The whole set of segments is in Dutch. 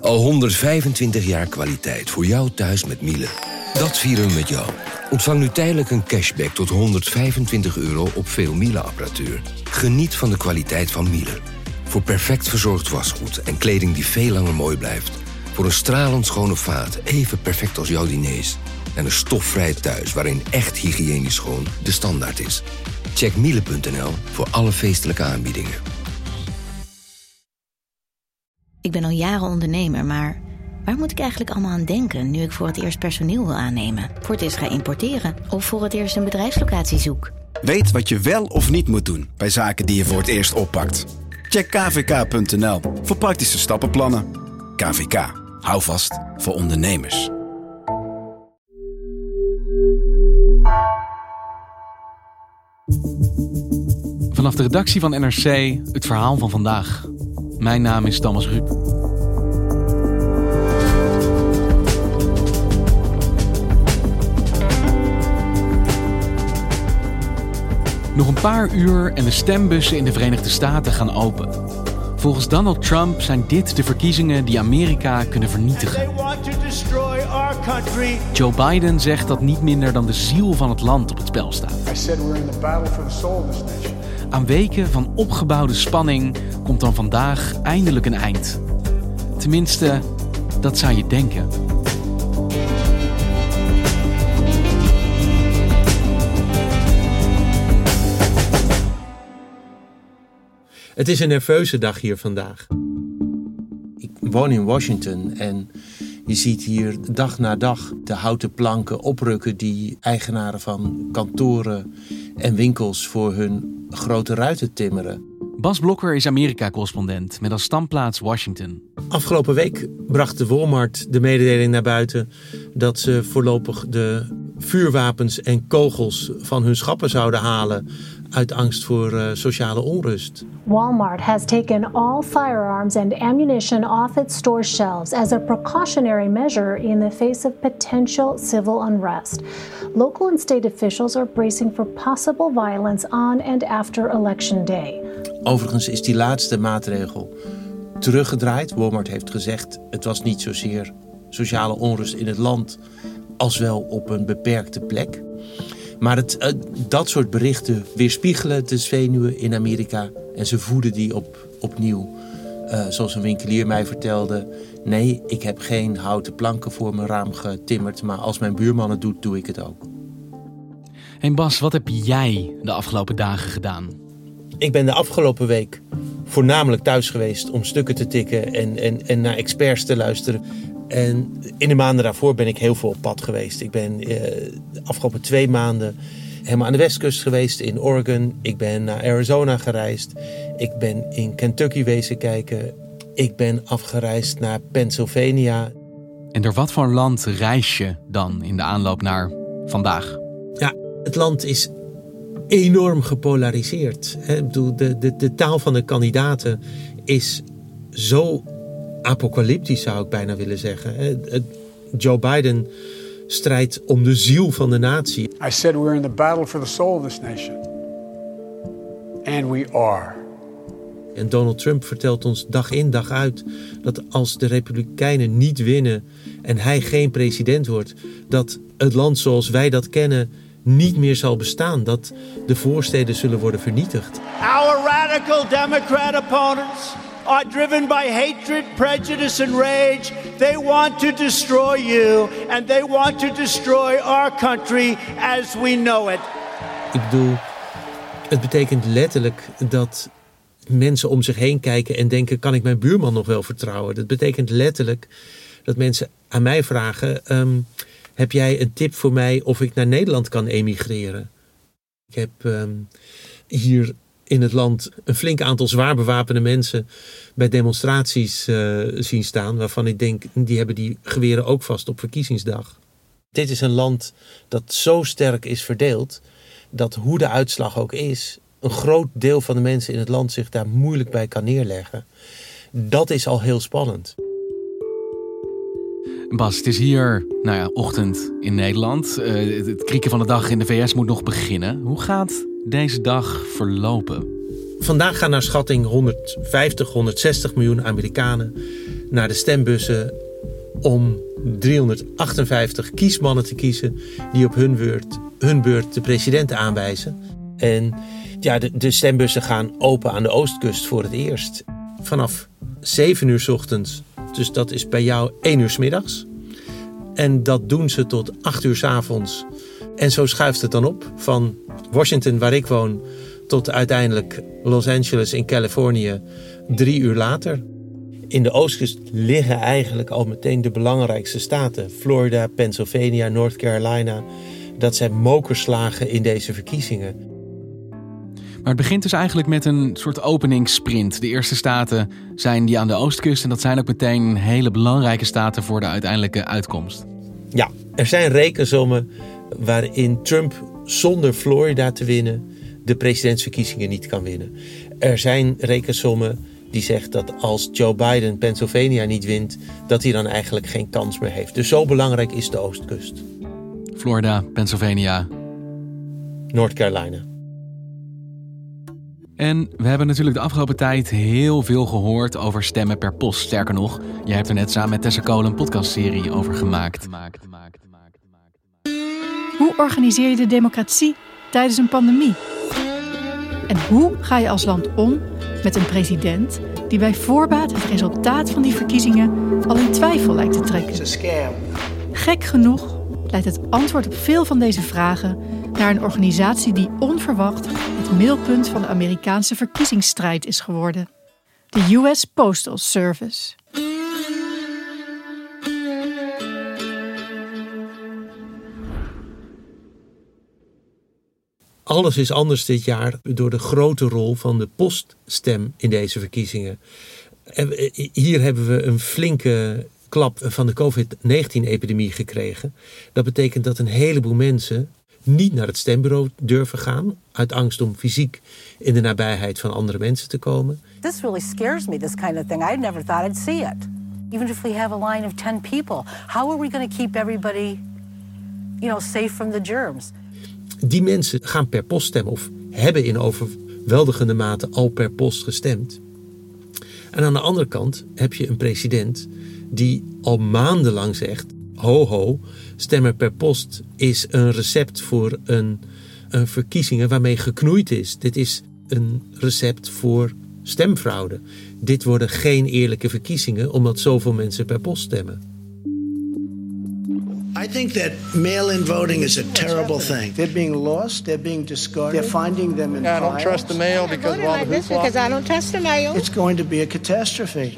Al 125 jaar kwaliteit voor jou thuis met Miele. Dat vieren we met jou. Ontvang nu tijdelijk een cashback tot €125 op veel Miele-apparatuur. Geniet van de kwaliteit van Miele. Voor perfect verzorgd wasgoed en kleding die veel langer mooi blijft. Voor een stralend schone vaat, even perfect als jouw diners. En een stofvrij thuis waarin echt hygiënisch schoon de standaard is. Check miele.nl voor alle feestelijke aanbiedingen. Ik ben al jaren ondernemer, maar waar moet ik eigenlijk allemaal aan denken nu ik voor het eerst personeel wil aannemen, voor het eerst ga importeren of voor het eerst een bedrijfslocatie zoek? Weet wat je wel of niet moet doen bij zaken die je voor het eerst oppakt. Check kvk.nl voor praktische stappenplannen. KVK. Hou vast voor ondernemers. Vanaf de redactie van NRC het verhaal van vandaag. Mijn naam is Thomas Ruip. Nog een paar uur en de stembussen in de Verenigde Staten gaan open. Volgens Donald Trump zijn dit de verkiezingen die Amerika kunnen vernietigen. Joe Biden zegt dat niet minder dan de ziel van het land op het spel staat. Aan weken van opgebouwde spanning komt dan vandaag eindelijk een eind. Tenminste, dat zou je denken. Het is een nerveuze dag hier vandaag. Ik woon in Washington en je ziet hier dag na dag de houten planken oprukken die eigenaren van kantoren en winkels voor hun grote ruiten timmeren. Bas Blokker is Amerika-correspondent met als standplaats Washington. Afgelopen week bracht de Walmart de mededeling naar buiten dat ze voorlopig de vuurwapens en kogels van hun schappen zouden halen uit angst voor sociale onrust. Walmart has taken all firearms and ammunition off its store shelves as a precautionary measure in the face of potential civil unrest. Local and state officials are bracing for possible violence on and after Election Day. Overigens is die laatste maatregel teruggedraaid. Walmart heeft gezegd het was niet zozeer sociale onrust in het land als wel op een beperkte plek. Maar dat soort berichten weerspiegelen de zenuwen in Amerika en ze voeden die opnieuw. Zoals een winkelier mij vertelde, nee, ik heb geen houten planken voor mijn raam getimmerd, maar als mijn buurman het doet, doe ik het ook. Hey Bas, wat heb jij de afgelopen dagen gedaan? Ik ben de afgelopen week voornamelijk thuis geweest om stukken te tikken en naar experts te luisteren. En in de maanden daarvoor ben ik heel veel op pad geweest. Ik ben de afgelopen 2 maanden helemaal aan de westkust geweest in Oregon. Ik ben naar Arizona gereisd. Ik ben in Kentucky wezen kijken. Ik ben afgereisd naar Pennsylvania. En door wat voor land reis je dan in de aanloop naar vandaag? Ja, het land is enorm gepolariseerd. Ik bedoel, de taal van de kandidaten is zo apocalyptisch, zou ik bijna willen zeggen. Joe Biden strijdt om de ziel van de natie. I said we're in the battle for the soul of this nation. And we are. En Donald Trump vertelt ons dag in dag uit dat als de Republikeinen niet winnen en hij geen president wordt, dat het land zoals wij dat kennen niet meer zal bestaan. Dat de voorsteden zullen worden vernietigd. Our radical Democrat opponents are driven by hatred, prejudice and rage. They want to destroy you and they want to destroy our country as we know it. Ik bedoel, het betekent letterlijk dat mensen om zich heen kijken en denken, kan ik mijn buurman nog wel vertrouwen? Dat betekent letterlijk dat mensen aan mij vragen, heb jij een tip voor mij of ik naar Nederland kan emigreren? Ik heb hier in het land een flink aantal zwaar bewapende mensen bij demonstraties zien staan, waarvan ik denk, die hebben die geweren ook vast op verkiezingsdag. Dit is een land dat zo sterk is verdeeld, dat hoe de uitslag ook is, een groot deel van de mensen in het land zich daar moeilijk bij kan neerleggen. Dat is al heel spannend. Bas, het is hier ochtend in Nederland. Het krieken van de dag in de VS moet nog beginnen. Hoe gaat deze dag verlopen? Vandaag gaan naar schatting 150, 160 miljoen Amerikanen naar de stembussen om 358 kiesmannen te kiezen die op hun beurt de president aanwijzen. En ja, de stembussen gaan open aan de Oostkust voor het eerst. Vanaf 7 uur 's ochtends, dus dat is bij jou 1 uur 's middags. En dat doen ze tot 8 uur 's avonds. En zo schuift het dan op van Washington, waar ik woon, tot uiteindelijk Los Angeles in Californië 3 uur later. In de Oostkust liggen eigenlijk al meteen de belangrijkste staten. Florida, Pennsylvania, North Carolina. Dat zijn mokerslagen in deze verkiezingen. Maar het begint dus eigenlijk met een soort openingssprint. De eerste staten zijn die aan de Oostkust en dat zijn ook meteen hele belangrijke staten voor de uiteindelijke uitkomst. Ja, er zijn rekensommen waarin Trump zonder Florida te winnen de presidentsverkiezingen niet kan winnen. Er zijn rekensommen die zegt dat als Joe Biden Pennsylvania niet wint, dat hij dan eigenlijk geen kans meer heeft. Dus zo belangrijk is de Oostkust. Florida, Pennsylvania. North Carolina. En we hebben natuurlijk de afgelopen tijd heel veel gehoord over stemmen per post. Sterker nog, jij hebt er net samen met Tessa Kolen een podcastserie over gemaakt. Hoe organiseer je de democratie tijdens een pandemie? En hoe ga je als land om met een president die bij voorbaat het resultaat van die verkiezingen al in twijfel lijkt te trekken? Gek genoeg leidt het antwoord op veel van deze vragen naar een organisatie die onverwacht het middelpunt van de Amerikaanse verkiezingsstrijd is geworden. De US Postal Service. Alles is anders dit jaar door de grote rol van de poststem in deze verkiezingen. Hier hebben we een flinke klap van de COVID-19-epidemie gekregen. Dat betekent dat een heleboel mensen niet naar het stembureau durven gaan, uit angst om fysiek in de nabijheid van andere mensen te komen. This really scares me, this kind of thing. I never thought I'd see it. Even if we have a line of 10 people, how are we going to keep everybody, safe from the germs? Die mensen gaan per post stemmen of hebben in overweldigende mate al per post gestemd. En aan de andere kant heb je een president die al maandenlang zegt: ho ho, stemmen per post is een recept voor een verkiezingen waarmee geknoeid is. Dit is een recept voor stemfraude. Dit worden geen eerlijke verkiezingen omdat zoveel mensen per post stemmen. I think that mail-in voting is a terrible thing. They're being lost. They're being discarded. They're finding them in I don't trust the mail because I don't trust the mail. It's going to be a catastrophe.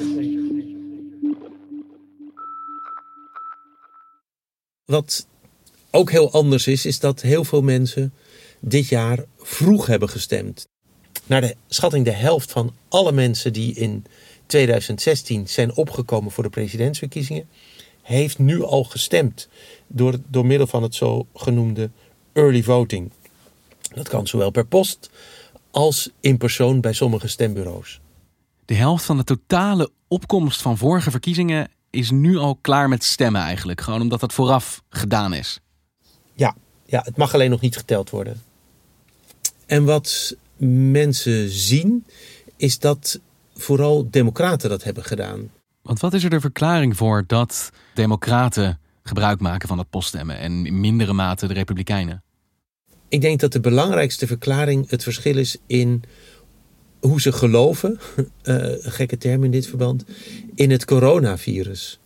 Wat ook heel anders is dat heel veel mensen dit jaar vroeg hebben gestemd. Naar de schatting de helft van alle mensen die in 2016 zijn opgekomen voor de presidentsverkiezingen heeft nu al gestemd door middel van het zogenoemde early voting. Dat kan zowel per post als in persoon bij sommige stembureaus. De helft van de totale opkomst van vorige verkiezingen is nu al klaar met stemmen eigenlijk. Gewoon omdat dat vooraf gedaan is. Ja, het mag alleen nog niet geteld worden. En wat mensen zien is dat vooral democraten dat hebben gedaan. Want wat is er de verklaring voor dat democraten gebruik maken van het poststemmen en in mindere mate de republikeinen? Ik denk dat de belangrijkste verklaring het verschil is in hoe ze geloven, gekke term in dit verband, in het coronavirus.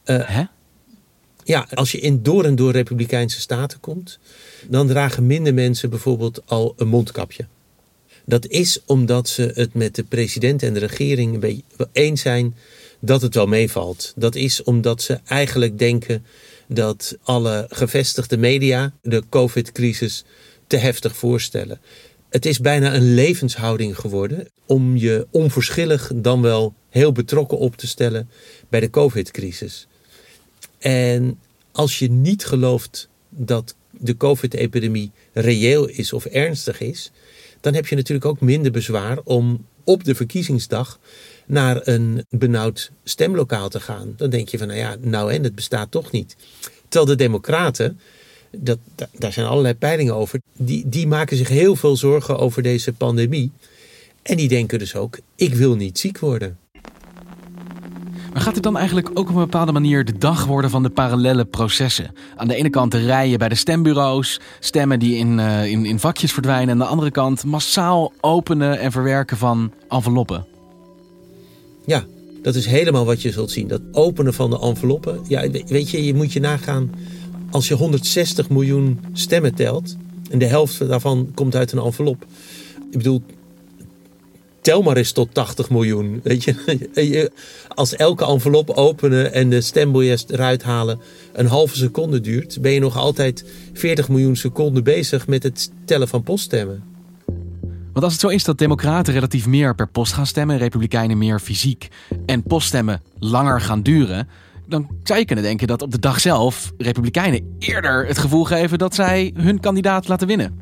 Ja, als je in door en door republikeinse staten komt, dan dragen minder mensen bijvoorbeeld al een mondkapje. Dat is omdat ze het met de president en de regering een beetje eens zijn dat het wel meevalt. Dat is omdat ze eigenlijk denken dat alle gevestigde media de COVID-crisis te heftig voorstellen. Het is bijna een levenshouding geworden om je onverschillig dan wel heel betrokken op te stellen bij de COVID-crisis. En als je niet gelooft dat de COVID-epidemie reëel is of ernstig is, dan heb je natuurlijk ook minder bezwaar om op de verkiezingsdag naar een benauwd stemlokaal te gaan. Dan denk je van, het bestaat toch niet. Terwijl de democraten, daar zijn allerlei peilingen over, die maken zich heel veel zorgen over deze pandemie. En die denken dus ook, ik wil niet ziek worden. Maar gaat het dan eigenlijk ook op een bepaalde manier de dag worden van de parallelle processen? Aan de ene kant de rijen bij de stembureaus, stemmen die in vakjes verdwijnen. En aan de andere kant massaal openen en verwerken van enveloppen. Ja, dat is helemaal wat je zult zien. Dat openen van de enveloppen. Ja, weet je moet je nagaan. Als je 160 miljoen stemmen telt en de helft daarvan komt uit een envelop. Ik bedoel, tel maar eens tot 80 miljoen. Weet je? Als elke envelop openen en de stembiljet eruit halen een halve seconde duurt, ben je nog altijd 40 miljoen seconden bezig met het tellen van poststemmen. Want als het zo is dat democraten relatief meer per post gaan stemmen, republikeinen meer fysiek en poststemmen langer gaan duren, dan zou je kunnen denken dat op de dag zelf republikeinen eerder het gevoel geven dat zij hun kandidaat laten winnen.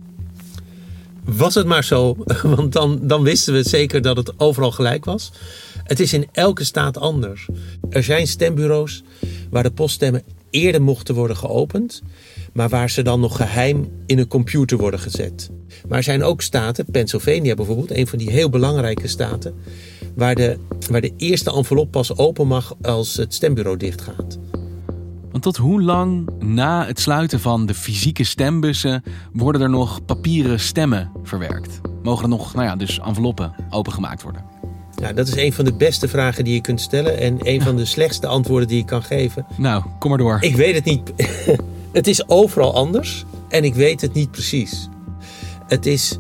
Was het maar zo, want dan wisten we zeker dat het overal gelijk was. Het is in elke staat anders. Er zijn stembureaus waar de poststemmen eerder mochten worden geopend, maar waar ze dan nog geheim in een computer worden gezet. Maar er zijn ook staten, Pennsylvania bijvoorbeeld, een van die heel belangrijke staten, waar de eerste envelop pas open mag als het stembureau dichtgaat. Want tot hoe lang na het sluiten van de fysieke stembussen worden er nog papieren stemmen verwerkt? Mogen er nog, dus enveloppen opengemaakt worden? Ja, dat is een van de beste vragen die je kunt stellen en een van de slechtste antwoorden die je kan geven. Nou, kom maar door. Ik weet het niet. Het is overal anders en ik weet het niet precies. Het is,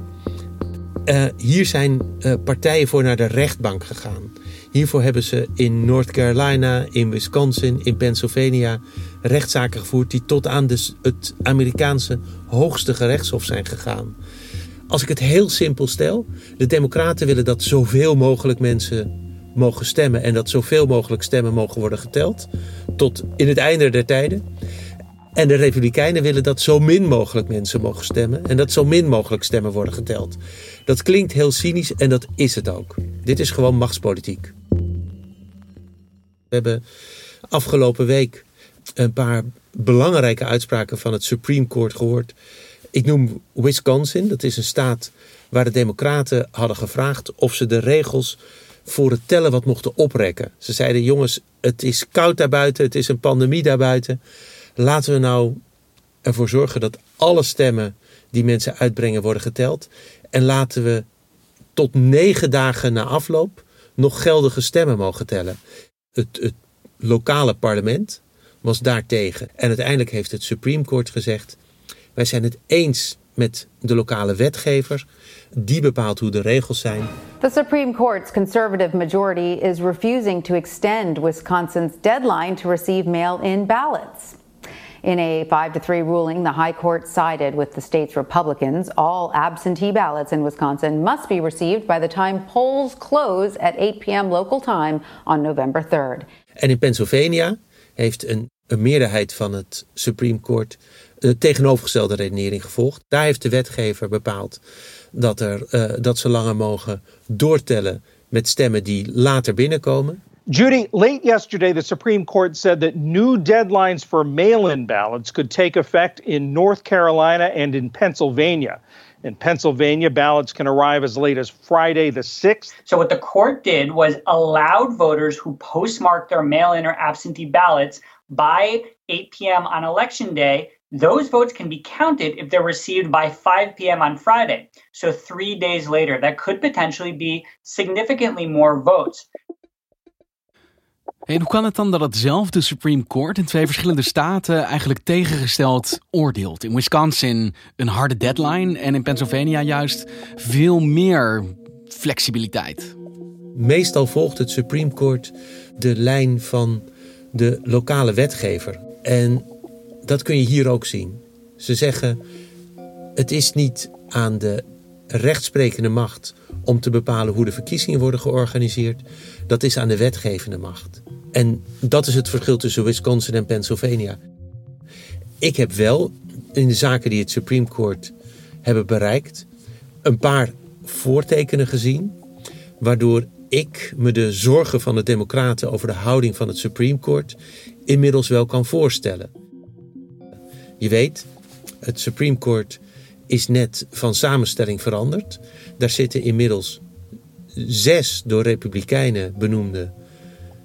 hier zijn partijen voor naar de rechtbank gegaan. Hiervoor hebben ze in North Carolina, in Wisconsin, in Pennsylvania rechtszaken gevoerd die tot aan het Amerikaanse hoogste gerechtshof zijn gegaan. Als ik het heel simpel stel, de democraten willen dat zoveel mogelijk mensen mogen stemmen en dat zoveel mogelijk stemmen mogen worden geteld tot in het einde der tijden. En de republikeinen willen dat zo min mogelijk mensen mogen stemmen en dat zo min mogelijk stemmen worden geteld. Dat klinkt heel cynisch en dat is het ook. Dit is gewoon machtspolitiek. We hebben afgelopen week een paar belangrijke uitspraken van het Supreme Court gehoord. Ik noem Wisconsin, dat is een staat waar de democraten hadden gevraagd of ze de regels voor het tellen wat mochten oprekken. Ze zeiden, jongens, het is koud daarbuiten, het is een pandemie daarbuiten. Laten we nou ervoor zorgen dat alle stemmen die mensen uitbrengen worden geteld. En laten we tot 9 dagen na afloop nog geldige stemmen mogen tellen. Het lokale parlement was daartegen. En uiteindelijk heeft het Supreme Court gezegd, wij zijn het eens met de lokale wetgever. Die bepaalt hoe de regels zijn. The Supreme Court's conservative majority is refusing to extend Wisconsin's deadline to receive mail-in ballots. In a 5-3 ruling, the High Court sided with the state's Republicans. All absentee ballots in Wisconsin must be received by the time polls close at 8 p.m. local time on November 3rd. En in Pennsylvania heeft een meerderheid van het Supreme Court de tegenovergestelde redenering gevolgd. Daar heeft de wetgever bepaald dat ze langer mogen doortellen met stemmen die later binnenkomen. Judy, late yesterday, the Supreme Court said that new deadlines for mail-in ballots could take effect in North Carolina and in Pennsylvania. In Pennsylvania, ballots can arrive as late as Friday the 6th. So what the court did was allowed voters who postmarked their mail-in or absentee ballots by 8 p.m. on election day, those votes can be counted if they're received by 5 p.m. on Friday. So 3 days later, that could potentially be significantly more votes. En hoe kan het dan dat hetzelfde Supreme Court in 2 verschillende staten eigenlijk tegengesteld oordeelt? In Wisconsin een harde deadline en in Pennsylvania juist veel meer flexibiliteit. Meestal volgt het Supreme Court de lijn van de lokale wetgever. En dat kun je hier ook zien. Ze zeggen, het is niet aan de rechtsprekende macht om te bepalen hoe de verkiezingen worden georganiseerd. Dat is aan de wetgevende macht. En dat is het verschil tussen Wisconsin en Pennsylvania. Ik heb wel in de zaken die het Supreme Court hebben bereikt een paar voortekenen gezien, waardoor ik me de zorgen van de democraten over de houding van het Supreme Court inmiddels wel kan voorstellen. Je weet, het Supreme Court is net van samenstelling veranderd. Daar zitten inmiddels 6 door republikeinen benoemde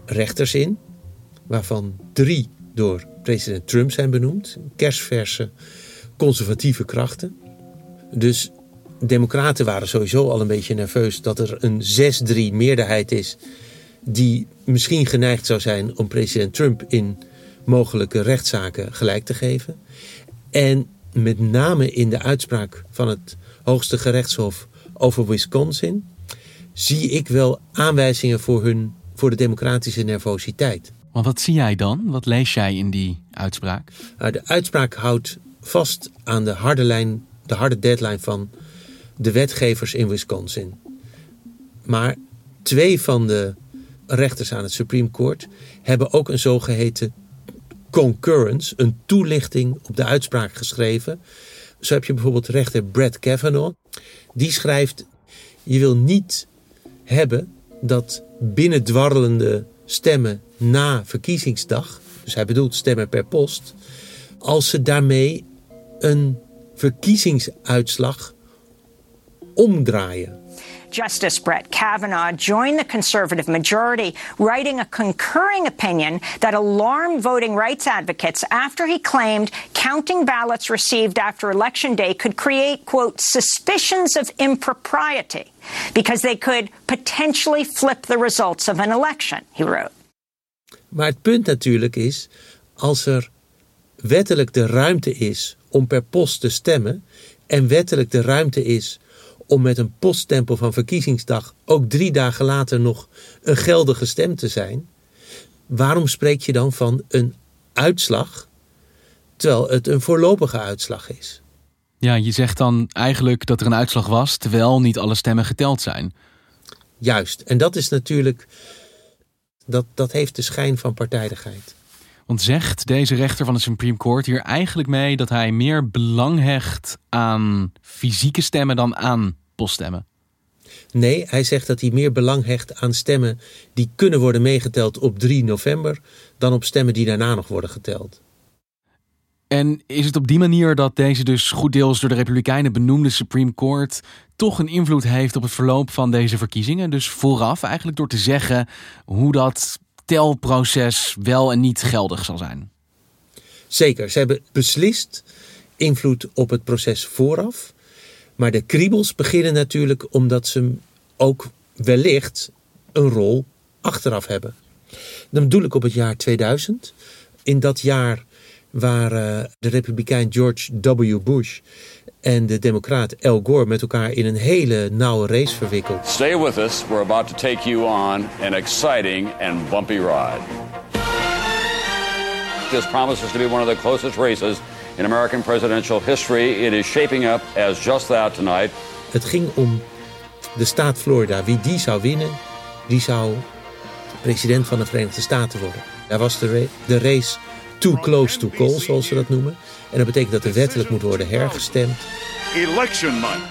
rechters in, waarvan 3 door president Trump zijn benoemd. Kersverse conservatieve krachten. Dus democraten waren sowieso al een beetje nerveus dat er een 6-3 meerderheid is die misschien geneigd zou zijn om president Trump in mogelijke rechtszaken gelijk te geven. En met name in de uitspraak van het Hoogste Gerechtshof over Wisconsin zie ik wel aanwijzingen voor de democratische nervositeit. Maar wat zie jij dan? Wat lees jij in die uitspraak? De uitspraak houdt vast aan de harde deadline van de wetgevers in Wisconsin. Maar 2 van de rechters aan het Supreme Court hebben ook een zogeheten concurrence, een toelichting op de uitspraak geschreven. Zo heb je bijvoorbeeld rechter Brett Kavanaugh. Die schrijft: je wil niet hebben dat binnendwarrelende stemmen na verkiezingsdag, dus hij bedoelt stemmen per post, als ze daarmee een verkiezingsuitslag omdraaien. Justice Brett Kavanaugh joined the conservative majority, writing a concurring opinion that alarmed voting rights advocates after he claimed counting ballots received after Election Day could create, quote, suspicions of impropriety because they could potentially flip the results of an election, he wrote. Maar het punt natuurlijk is, als er wettelijk de ruimte is om per post te stemmen en wettelijk de ruimte is om met een poststempel van verkiezingsdag ook 3 dagen later nog een geldige stem te zijn, waarom spreek je dan van een uitslag terwijl het een voorlopige uitslag is? Ja, je zegt dan eigenlijk dat er een uitslag was terwijl niet alle stemmen geteld zijn. Juist, en dat is natuurlijk, dat heeft de schijn van partijdigheid. Want zegt deze rechter van de Supreme Court hier eigenlijk mee dat hij meer belang hecht aan fysieke stemmen dan aan poststemmen? Nee, hij zegt dat hij meer belang hecht aan stemmen die kunnen worden meegeteld op 3 november... dan op stemmen die daarna nog worden geteld. En is het op die manier dat deze dus goed deels door de Republikeinen benoemde Supreme Court toch een invloed heeft op het verloop van deze verkiezingen? Dus vooraf eigenlijk door te zeggen hoe dat telproces wel en niet geldig zal zijn? Zeker, ze hebben beslist invloed op het proces vooraf. Maar de kriebels beginnen natuurlijk omdat ze ook wellicht een rol achteraf hebben. Dan bedoel ik op het jaar 2000. In dat jaar waren de republikein George W. Bush en de democraat Al Gore met elkaar in een hele nauwe race verwikkeld. Stay with us. We're about to take you on an exciting and bumpy ride. This promises to be one of the closest races in American presidential history. It is shaping up as just that tonight. Het ging om de staat Florida. Wie die zou winnen, die zou president van de Verenigde Staten worden. Daar was de race too close to call, zoals ze dat noemen. En dat betekent dat er wettelijk moet worden hergestemd. Election night.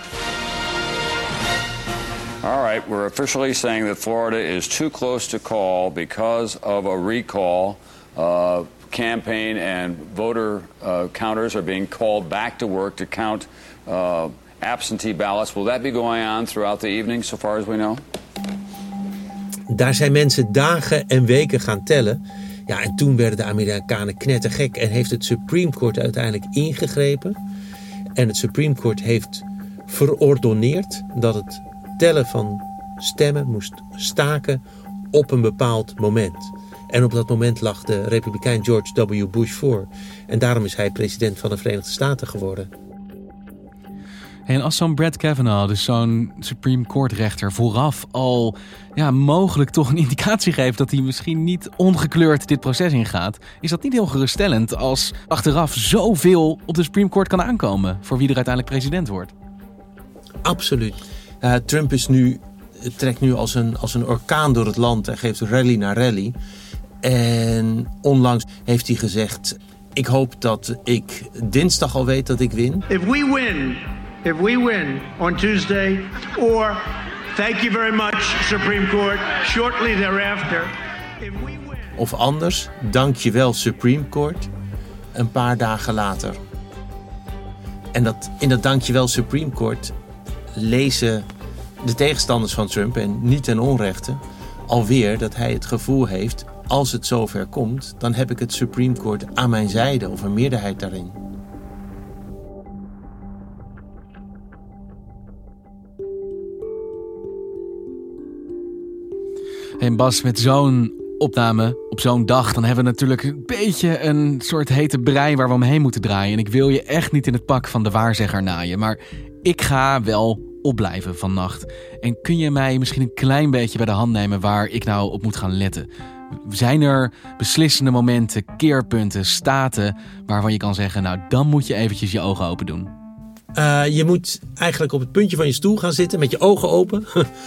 All right, we're officially saying that Florida is too close to call because of a recall. Campaign and voter counters are being called back to work to count absentee ballots. Will that be going on throughout the evening, so far as we know? Daar zijn mensen dagen en weken gaan tellen. Ja, en toen werden de Amerikanen knettergek en heeft het Supreme Court uiteindelijk ingegrepen. En het Supreme Court heeft verordoneerd dat het tellen van stemmen moest staken op een bepaald moment. En op dat moment lag de republikein George W. Bush voor. En daarom is hij president van de Verenigde Staten geworden. En als zo'n Brett Kavanaugh, dus zo'n Supreme Court rechter, vooraf al mogelijk toch een indicatie geeft dat hij misschien niet ongekleurd dit proces ingaat, is dat niet heel geruststellend als achteraf zoveel op de Supreme Court kan aankomen voor wie er uiteindelijk president wordt? Absoluut. Trump trekt nu als een orkaan door het land en geeft rally na rally. En onlangs heeft hij gezegd: ik hoop dat ik dinsdag al weet dat ik win. If we win on Tuesday, or thank you very much, Supreme Court, shortly thereafter. If we win. Of anders, dankjewel Supreme Court, een paar dagen later. En in dat dankjewel Supreme Court lezen de tegenstanders van Trump, en niet ten onrechte, alweer dat hij het gevoel heeft als het zover komt, dan heb ik het Supreme Court aan mijn zijde of een meerderheid daarin. En Bas, met zo'n opname op zo'n dag, dan hebben we natuurlijk een beetje een soort hete brei waar we omheen moeten draaien. En ik wil je echt niet in het pak van de waarzegger naaien, maar ik ga wel opblijven vannacht. En kun je mij misschien een klein beetje bij de hand nemen waar ik nou op moet gaan letten? Zijn er beslissende momenten, keerpunten, staten waarvan je kan zeggen, nou dan moet je eventjes je ogen open doen? Je moet eigenlijk op het puntje van je stoel gaan zitten met je ogen open.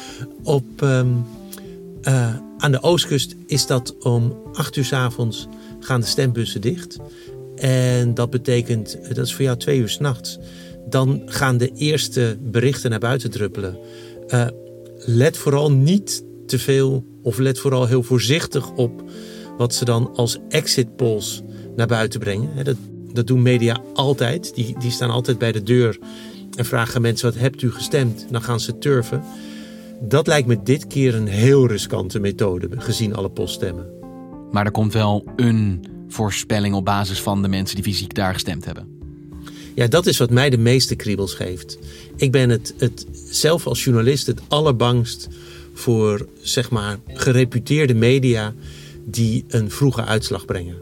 Aan de oostkust is dat om 8 uur 's avonds gaan de stembussen dicht. En dat betekent, dat is voor jou 2 uur 's nachts. Dan gaan de eerste berichten naar buiten druppelen. Let vooral niet te veel of let vooral heel voorzichtig op wat ze dan als exit polls naar buiten brengen. Dat doen media altijd. Die staan altijd bij de deur en vragen mensen, wat hebt u gestemd? Dan gaan ze turven. Dat lijkt me dit keer een heel riskante methode, gezien alle poststemmen. Maar er komt wel een voorspelling op basis van de mensen die fysiek daar gestemd hebben. Ja, dat is wat mij de meeste kriebels geeft. Ik ben het zelf als journalist het allerbangst voor, zeg maar, gereputeerde media die een vroege uitslag brengen.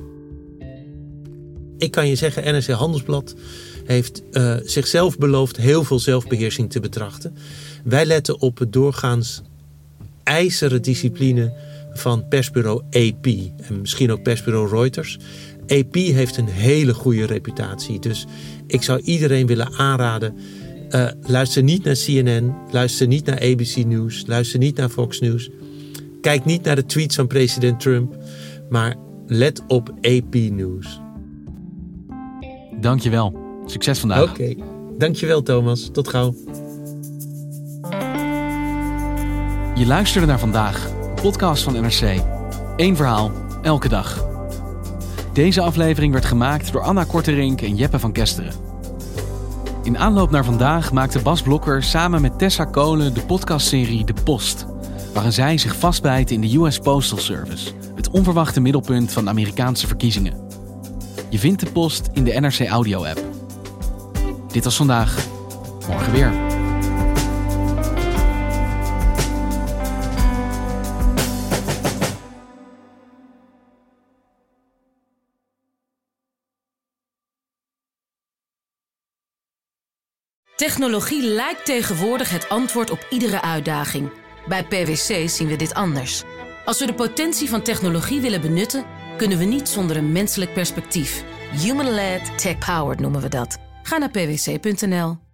Ik kan je zeggen, NRC Handelsblad heeft zichzelf beloofd heel veel zelfbeheersing te betrachten. Wij letten op het doorgaans ijzeren discipline van persbureau AP en misschien ook persbureau Reuters. AP heeft een hele goede reputatie, dus ik zou iedereen willen aanraden, luister niet naar CNN, luister niet naar ABC News, luister niet naar Fox News. Kijk niet naar de tweets van president Trump, maar let op AP News. Dankjewel. Succes vandaag. Oké. Dankjewel Thomas. Tot gauw. Je luisterde naar Vandaag, een podcast van NRC. Eén verhaal, elke dag. Deze aflevering werd gemaakt door Anna Korterink en Jeppe van Kesteren. In aanloop naar vandaag maakte Bas Blokker samen met Tessa Kolen de podcastserie De Post, waarin zij zich vastbijten in de US Postal Service, het onverwachte middelpunt van de Amerikaanse verkiezingen. Je vindt de Post in de NRC Audio-app. Dit was Vandaag, morgen weer. Technologie lijkt tegenwoordig het antwoord op iedere uitdaging. Bij PwC zien we dit anders. Als we de potentie van technologie willen benutten, kunnen we niet zonder een menselijk perspectief. Human-led, tech-powered noemen we dat. Ga naar pwc.nl.